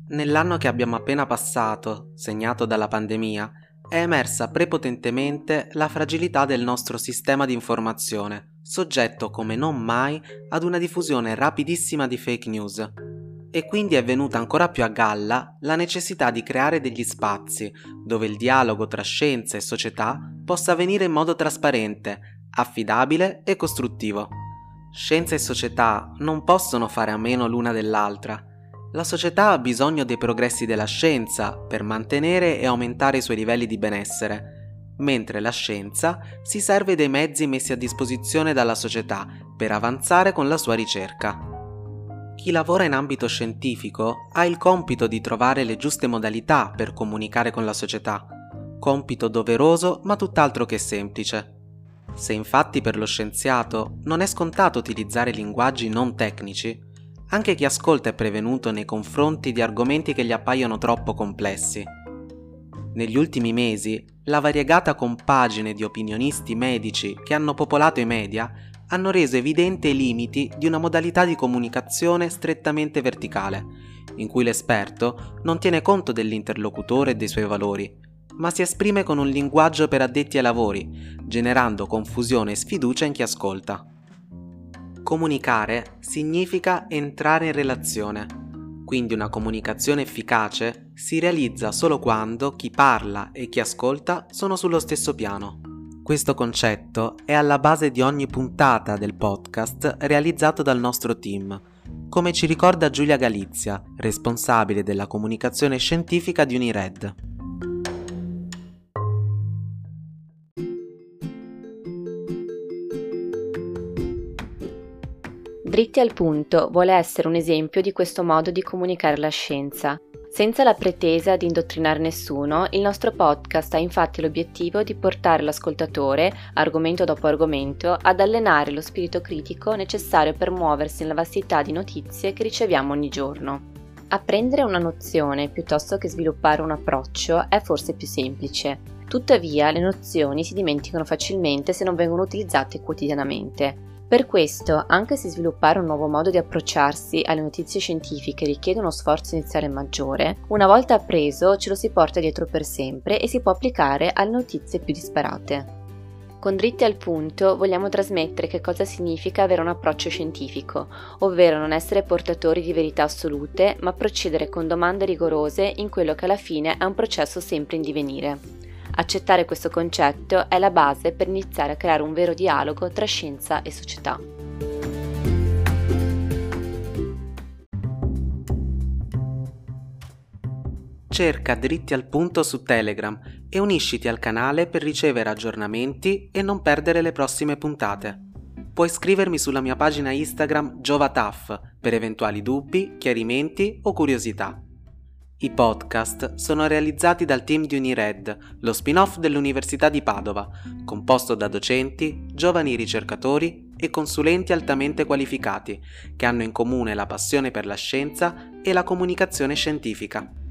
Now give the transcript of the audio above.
Nell'anno che abbiamo appena passato, segnato dalla pandemia, è emersa prepotentemente la fragilità del nostro sistema di informazione, soggetto come non mai ad una diffusione rapidissima di fake news. E quindi è venuta ancora più a galla la necessità di creare degli spazi dove il dialogo tra scienza e società possa avvenire in modo trasparente, affidabile e costruttivo. Scienza e società non possono fare a meno l'una dell'altra. La società ha bisogno dei progressi della scienza per mantenere e aumentare i suoi livelli di benessere, mentre la scienza si serve dei mezzi messi a disposizione dalla società per avanzare con la sua ricerca. Chi lavora in ambito scientifico ha il compito di trovare le giuste modalità per comunicare con la società, compito doveroso ma tutt'altro che semplice. Se infatti per lo scienziato non è scontato utilizzare linguaggi non tecnici, anche chi ascolta è prevenuto nei confronti di argomenti che gli appaiono troppo complessi. Negli ultimi mesi, la variegata compagine di opinionisti medici che hanno popolato i media hanno reso evidente i limiti di una modalità di comunicazione strettamente verticale, in cui l'esperto non tiene conto dell'interlocutore e dei suoi valori, ma si esprime con un linguaggio per addetti ai lavori, generando confusione e sfiducia in chi ascolta. Comunicare significa entrare in relazione, quindi una comunicazione efficace si realizza solo quando chi parla e chi ascolta sono sullo stesso piano. Questo concetto è alla base di ogni puntata del podcast realizzato dal nostro team, come ci ricorda Giulia Galizia, responsabile della comunicazione scientifica di Unired. Dritti al punto vuole essere un esempio di questo modo di comunicare la scienza. Senza la pretesa di indottrinare nessuno, il nostro podcast ha infatti l'obiettivo di portare l'ascoltatore, argomento dopo argomento, ad allenare lo spirito critico necessario per muoversi nella vastità di notizie che riceviamo ogni giorno. Apprendere una nozione piuttosto che sviluppare un approccio è forse più semplice. Tuttavia, le nozioni si dimenticano facilmente se non vengono utilizzate quotidianamente. Per questo, anche se sviluppare un nuovo modo di approcciarsi alle notizie scientifiche richiede uno sforzo iniziale maggiore, una volta appreso ce lo si porta dietro per sempre e si può applicare alle notizie più disparate. Con Dritti al punto vogliamo trasmettere che cosa significa avere un approccio scientifico, ovvero non essere portatori di verità assolute, ma procedere con domande rigorose in quello che alla fine è un processo sempre in divenire. Accettare questo concetto è la base per iniziare a creare un vero dialogo tra scienza e società. Cerca Dritti al punto su Telegram e unisciti al canale per ricevere aggiornamenti e non perdere le prossime puntate. Puoi scrivermi sulla mia pagina Instagram GiovaTaf per eventuali dubbi, chiarimenti o curiosità. I podcast sono realizzati dal team di Unired, lo spin-off dell'Università di Padova, composto da docenti, giovani ricercatori e consulenti altamente qualificati, che hanno in comune la passione per la scienza e la comunicazione scientifica.